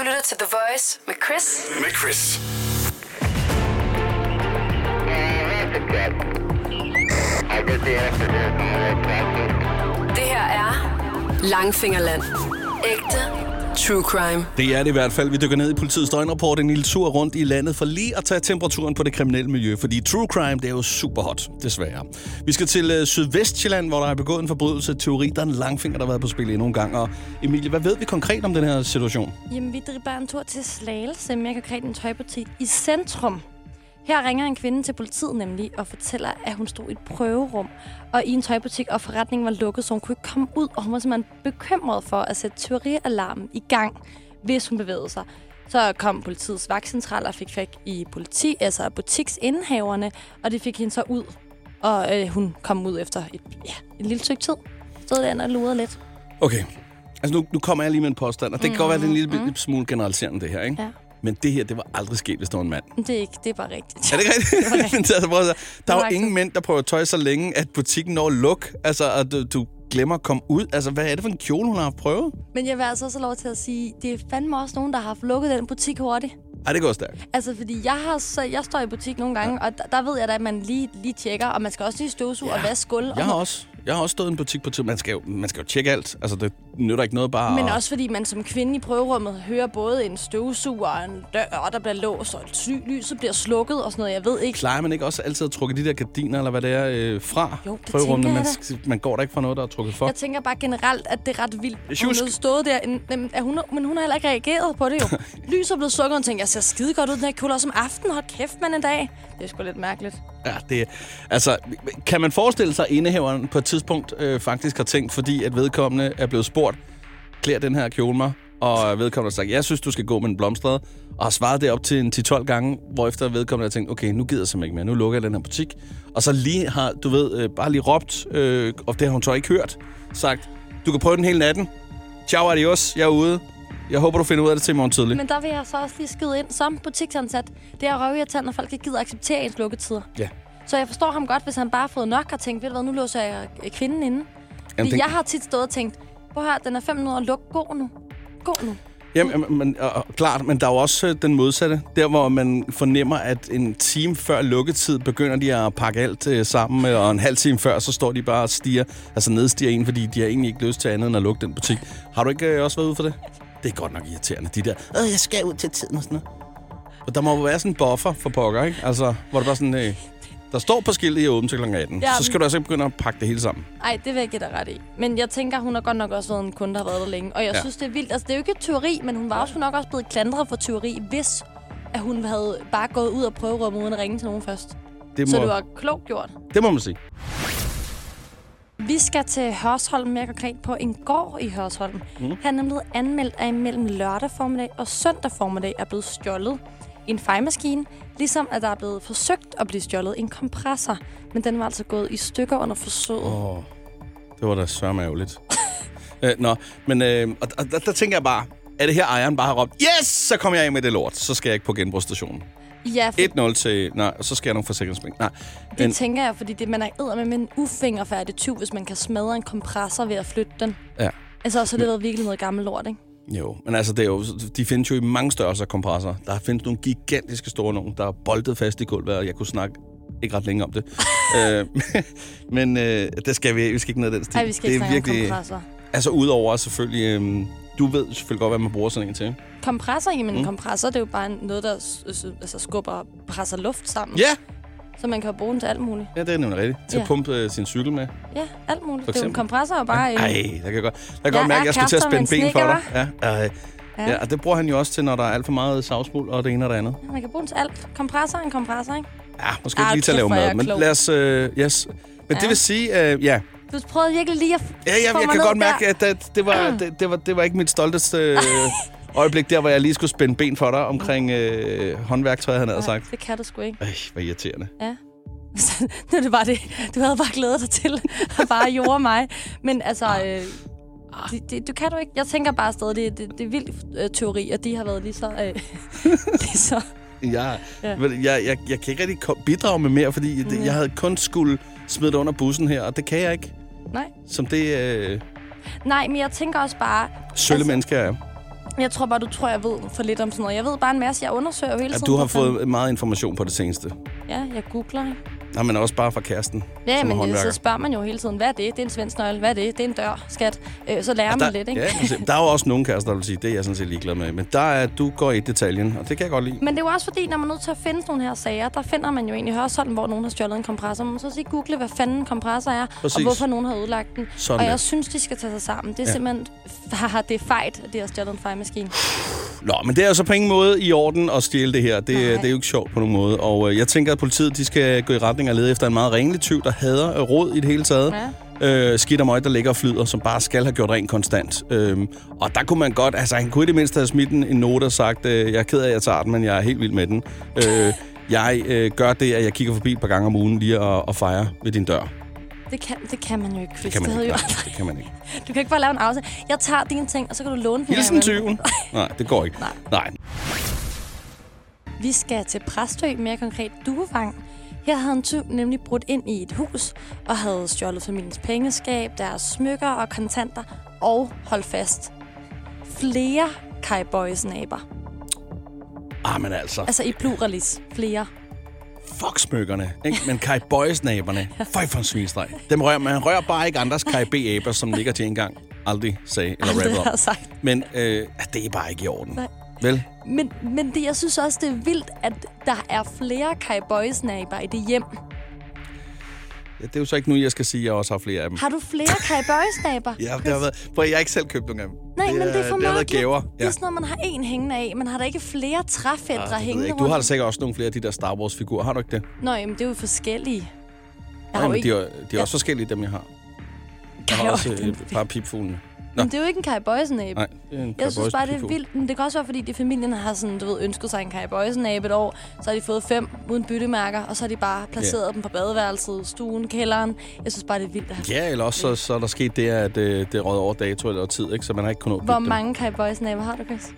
lytter til The Voice med Chris. Det her er Langfingerland. Ægte true crime. Det er det i hvert fald. Vi dykker ned i politiets døgnrapport en lille tur rundt i landet for lige at tage temperaturen på det kriminelle miljø, fordi true crime, det er jo super hot, desværre. Vi skal til Sydvestjylland, hvor der er begået en forbrydelse. Teori, der er en langfinger, der har været på spil endnu en gang. Og Emilie, hvad ved vi konkret om den her situation? Jamen, vi driver en tur til Slagelse, mere konkret en tøjbutik i centrum. Her ringer en kvinde til politiet nemlig og fortæller, at hun stod i et prøverum og i en tøjbutik, og forretningen var lukket, så hun kunne ikke komme ud, og hun var simpelthen bekymret for at sætte tyverialarmen i gang, hvis hun bevægede sig. Så kom politiets vagtcentral og fik fat i butiksindehaverne, og det fik hende så ud, og hun kom ud efter et lille stykke tid. Stod der og lurede lidt. Okay, altså nu kommer jeg lige med en påstand, og det kan godt være, det er en lille smule generaliserende det her, ikke? Ja. Men det her, det var aldrig sket, hvis der var en mand. Det er ikke, det er bare rigtigt. Er det rigtigt? Der er jo ingen mænd, der prøver at tøj så længe, at butikken når at lukke. Altså, at du glemmer at komme ud. Altså, hvad er det for en kjole, hun har prøvet? Men jeg vil altså også lov til at sige, det er fandme også nogen, der har haft lukket den butik hurtigt. Ej, det går stærkt. Altså, fordi jeg står i butik nogle gange, og der ved jeg da, at man lige tjekker, og man skal også lige støvsuge og vaske gulv. Jeg har også stået i en butik på tid. Man skal jo tjekke alt. Altså, det nytter ikke noget bare. Men også fordi man som kvinde i prøverummet hører både en støvsuger og en dør, der bliver låst, og lyset bliver slukket og sådan noget. Jeg ved ikke. Plejer man ikke også altid at trukke de der gardiner, eller hvad det er, fra prøverummet? Man går der ikke fra noget, der er trukket for. Jeg tænker bare generelt, at det er ret vildt. Hun har stået der, men hun har heller ikke reageret på det jo. Lyset er blevet slukket, og hun tænker, jeg ser skide godt ud den her kjole også om aftenen. Hold kæft, man en dag. Det er sgu lidt mærkeligt. Ja, altså, kan man forestille sig, at indehaveren på et tidspunkt faktisk har tænkt, fordi at vedkommende er blevet spurgt, klæder den her kjole mig, og vedkommende har sagt, jeg synes, du skal gå med en blomstrede, og har svaret det op til en 10-12 gange, hvorefter vedkommende har tænkt, okay, nu gider jeg simpelthen ikke mere, nu lukker jeg den her butik. Og så lige har, bare lige råbt, og det har hun så ikke hørt, sagt, du kan prøve den hele natten. Ciao, adios, jeg er ude. Jeg håber, du finder ud af det til i morgen tidlig. Men der vil jeg så også lige skyde ind som butiksansat. Det er røvirriterende, når folk ikke gider acceptere ens lukketider. Ja. Så jeg forstår ham godt, hvis han bare har fået nok og tænkt, ved du hvad, nu låser jeg kvinden inde. Fordi jeg har tit stået og tænkt, prøv her, den er 5 minutter, luk, gå nu. Jamen, klart, men der er jo også den modsatte. Der, hvor man fornemmer, at en time før lukketid begynder de at pakke alt sammen, og en halv time før, så står de bare og nedstiger en, fordi de har egentlig ikke lyst til andet end at lukke den butik. Har du ikke også været ude for det? Det er godt nok irriterende, de der, jeg skal ud til tiden og sådan noget. Og der må jo være sådan en buffer for pokker, ikke? Altså, hvor det bare sådan, der står på skiltet i åben til kl. 18. Ja, så skal du altså ikke begynde at pakke det hele sammen. Nej, det vil jeg give dig ret i. Men jeg tænker, hun har godt nok også været en kunde, der har været der længe. Og jeg synes, det er vildt. Altså, det er jo ikke et tyveri, men hun var også nok også blevet klandret for tyveri, hvis at hun havde bare gået ud og prøverummet uden at ringe til nogen først. Så det var klogt gjort. Det må man sige. Vi skal til Hørsholm, mere konkret på en gård i Hørsholm. Han er nemlig anmeldt, at imellem lørdag formiddag og søndag formiddag er blevet stjålet en fejemaskine, ligesom at der er blevet forsøgt at blive stjålet en kompressor, men den var altså gået i stykker under forsøget. Det var da sørmærveligt. Men der tænker jeg bare, er det her ejeren bare har råbt, yes, så kommer jeg af med det lort, så skal jeg ikke på genbrugsstationen. Ja, 1-0 til, så skal jeg nogle forsikringspenge. Nej. Det tænker jeg, fordi man er eddermed med en ufingerfærdig tyv, hvis man kan smadre en kompressor ved at flytte den. Ja. Altså, så har det været virkelig noget gammelt lort, ikke? Jo, men altså, det er jo, de findes jo i mange størrelser kompressorer. Der findes nogle gigantiske store nogle, der er boltet fast i gulvet, og jeg kunne snakke ikke ret længe om det. Men det skal vi skal ikke ned den stil. Nej, vi skal ikke snakke om kompressor. Altså, udover selvfølgelig, du ved selvfølgelig godt, hvad man bruger sådan en til. Kompressor? Jamen, kompressor, det er jo bare noget, der skubber og presser luft sammen. Ja! Så man kan bruge den til alt muligt. Ja, det er nemlig rigtigt. Til at pumpe sin cykel med. Ja, alt muligt. Det er jo en kompressor og bare... Ej, jeg kan godt mærke, at jeg skulle til at spænde ben for dig. Ja, og det bruger han jo også til, når der er alt for meget savsmuld og det ene og det andet. Ja, man kan bruge den til alt. Kompressor, ikke? Ja, måske ikke lige til at lave mad, men lad os... yes. Men det vil sige, Du prøvede virkelig lige at jeg kan godt mærke, at det var ikke mit stolteste øjeblik, der hvor jeg lige skulle spænde ben for dig omkring håndværktøj, han havde sagt. Det kan du sgu ikke. Hvor irriterende. Ja. Nu er det bare det. Du havde bare glædet dig til at bare jorde mig. Men altså... Det kan du ikke. Jeg tænker bare stadig, det er vildt teori, og de har været lige så... Jeg kan ikke rigtig bidrage med mere, fordi jeg havde kun skulle smide det under bussen her, og det kan jeg ikke. Nej. Som det... Nej, men jeg tænker også bare... Sølle mennesker er. Jeg tror bare, du tror, jeg ved for lidt om sådan noget. Jeg ved bare en masse, jeg undersøger hele tiden. Du har fået meget information på det seneste. Ja, jeg googler. Nej, men også bare fra kæresten. Ja, men så spørger man jo hele tiden, hvad er det? Det er en svensk nøgle. Hvad er det? Det er en dør, skat. Så lærer man lidt, ikke? Ja, der er jo også nogle kærester, der vil sige, det er jeg sådan set ligeglad med. Men der er, du går i detaljen, og det kan jeg godt lide. Men det er jo også fordi, når man er nødt til at finde sådan nogle her sager, der finder man jo egentlig Hørsholm, hvor nogen har stjålet en kompressor. Man så sige, google, hvad fanden en kompressor er, og hvorfor nogen har ødelagt den. Sådan og jeg synes, de skal tage sig sammen. Det er simpelthen, det er fejt, at de har stjålet en fejemaskine. Nå, men det er jo så på ingen måde i orden at stjæle det her. Det er jo ikke sjovt på nogen måde. Og jeg tænker, at politiet de skal gå i retning af lede efter en meget ringelig tyv, der hader råd i det hele taget. Ja. Skidt og møg, der ligger og flyder, som bare skal have gjort rent konstant. Og der kunne man godt, altså han kunne i det mindste have smidt en note og sagt, jeg er ked af, at jeg tager den, men jeg er helt vild med den. Jeg gør det, at jeg kigger forbi et par gange om ugen lige og fejrer ved din dør. Det kan man jo ikke, Chris. Det kan man ikke. Du kan ikke bare lave en aftale. Jeg tager dine ting, og så kan du låne den. Hilsen tyven. Nej, det går ikke. Nej. Vi skal til Præstø, mere konkret Duevang. Her havde en tyv nemlig brudt ind i et hus og havde stjålet familiens pengeskab, deres smykker og kontanter og, hold fast, flere Kai-Boys-naber. Men altså. Altså i pluralis. Flere. Fuck smykkerne, ikke? Men Kai Boys-naberne, føj for en svinstreg. Man rører bare ikke andres Kai B-aber, som ligger til en gang aldrig sagde eller rappede om. Men det er bare ikke i orden. Nej. Vel? Men det, jeg synes også, det er vildt, at der er flere Kai Boys-naber i det hjem. Ja, det er jo så ikke nu, jeg skal sige, at jeg også har flere af dem. Har du flere Kai Boys-naber? Ja, det har været. For jeg har ikke selv købt nogen af dem. Nej, men det er for mærkeligt. Gaver. Ja. Det er sådan noget, man har en hængende af. Man har da ikke flere træfædre hængende rundt. Du har da sikkert også nogle flere af de der Star Wars-figurer. Har du ikke det? Nå, jamen, det er jo forskellige. Men de er også forskellige, dem jeg har. Jeg har også et par pipfuglene. Men det er jo ikke en Kai Boys-næbe. Nej, det er en Jeg synes bare, det er vildt. Men det kan også være, fordi de familien har sådan, ønsket sig en Kai Boys-næbe et år. Så har de fået 5 uden byttemærker, og så har de bare placeret dem på badeværelset, stuen, kælderen. Jeg synes bare, det er vildt. Ja, eller også så er der sket det, at det rød over dato eller tid, ikke? Så man har ikke kunnet Hvor mange Kai Boys-næber har du, Chris?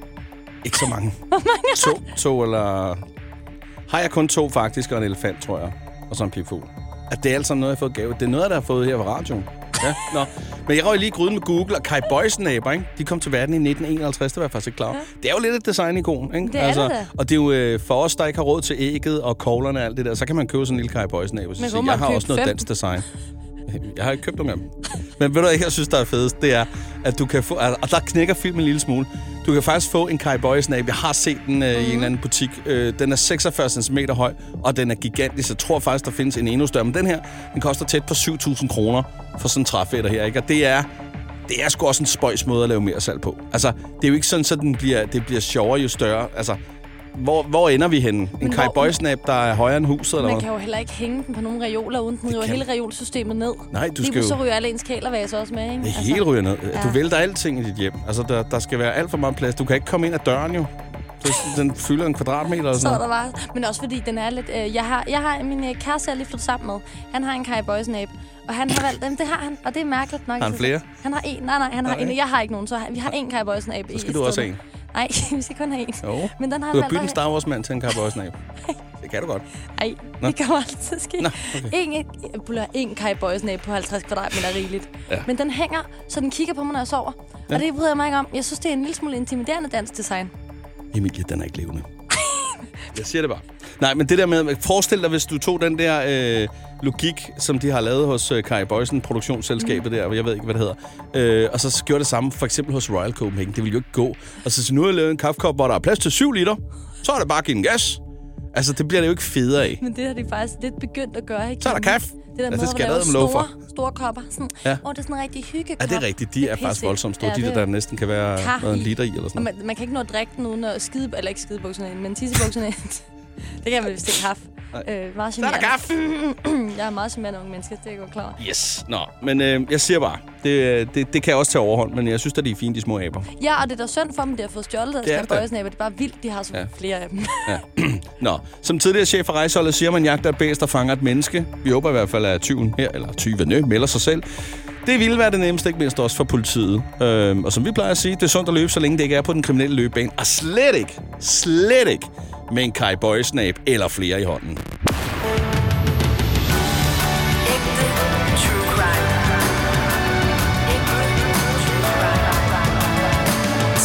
Ikke så mange. Hvor mange to eller... Har jeg kun 2 faktisk, og en elefant, tror jeg. Og så en pipfugl. At det er altså noget, jeg har fået gave. Det er noget, der har fået her på radioen. Ja, nå. Men jeg røg lige i gryden med Google, og Kai Boys-næber, ikke? De kom til verden i 1951, det var jeg faktisk ikke klar. Ja. Det er jo lidt et design-ikon, ikke? Det er det. Og det er jo for os, der ikke har råd til ægget og koglerne og alt det der, så kan man købe sådan en lille Kai Boys-næber. Jeg har også noget dansk design. Jeg har ikke købt nogen af dem. Men ved du, jeg synes, der er fedest, det er, at du kan få... Og der knækker filmen en lille smule. Du kan faktisk få en Kai Boys-næb. Jeg har set den i en eller anden butik. Den er 46 cm høj, og den er gigantisk. Jeg tror faktisk, der findes en endnu større. Men den her, den koster tæt på 7.000 kroner for sådan en træfætter her, ikke? Og det er sgu også en spøjs måde at lave mere salg på. Altså, det er jo ikke sådan, så det bliver sjovere jo større. Altså, hvor ender vi henne? En Kai Boys-næb, der er højere end huset, eller hvad? Man kan jo heller ikke hænge den på nogle reoler, uden den ryger hele reolsystemet ned. Nej, du skal jo... så ryger alle ens kælervase også med, ikke? Det hele ryger ned. Ja. Du vælter alting i dit hjem. Altså, der skal være alt for meget plads. Du kan ikke komme ind ad døren, jo. Den fylder en kvadratmeter eller sådan noget. Så der var. Men også fordi den er lidt... Jeg har min kæreste, jeg lige flyttet sammen med. Han har en Kai Boys-næb. Og han har valgt dem. Det har han. Og det er mærkeligt nok. Har han flere? Han har en. Nej, han har en. Jeg har ikke nogen. Så vi har en Kai Boys-næb. Så skal du også have en. Nej, vi skal kun have en. Jo. Men den har du har byttet en Star Wars-mand til en Kai Boys-næb. Det kan du godt. Nej, det kan aldrig til at ske. En Kai Boys-næb på 50 kvadratmeter er rigeligt. Ja. Men den hænger, så den kigger på mig, når jeg sover. Ja. Og det bryder jeg mig ikke om. Jeg synes, det er en lille smule intimiderende dansk design. Emilie, den er ikke levende. Jeg siger det bare. Nej, men det der med... Forestil dig, hvis du tog den der logik, som de har lavet hos Kai Boysen, produktionsselskabet der, jeg ved ikke, hvad det hedder, og så gjorde det samme for eksempel hos Royal Copenhagen. Det ville jo ikke gå. Og så nu har jeg lavet en kaffekop, hvor der er plads til 7 liter, så er det bare at give en gas. Altså, det bliver det jo ikke federe af. Men det har de faktisk lidt begyndt at gøre, ikke? Så er der kaffe. Det der måde, hvor der store kopper. Sådan, det er sådan en rigtig hyggekop. Ja, det er rigtigt. De er faktisk voldsomt store. De der næsten kan være en liter i eller sådan noget. Man kan ikke nå at drikke den uden at skide... Eller ikke skidebukserne ind, men tissebukserne ind. Det kan man vist ikke kaffe. Meget så er der kaffe! Jeg er meget charmerende unge mennesker, det er godt klar. Yes. Nå, men jeg siger bare, det kan også tage overhånd, men jeg synes, at de er fine, de små aber. Ja, og det er da synd for dem, de har fået stjålet deres Kai Boys-næber. Det er bare vildt, de har så flere af dem. Ja. Nå, som tidligere chef for rejseholdet siger, man jagter et bæst, der fanger et menneske. Vi håber i hvert fald, at tyven her, eller tyvene, melder sig selv. Det ville være det nemmeste, ikke mindst også for politiet. Og som vi plejer at sige, det er sundt at løbe, så længe det ikke er på den kriminelle løbebane. Og slet ikke med en Kai Boys-næb eller flere i hånden.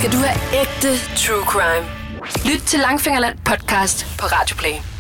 skal du have ægte true crime. Lyt til Langfingerland podcast på Radio Play.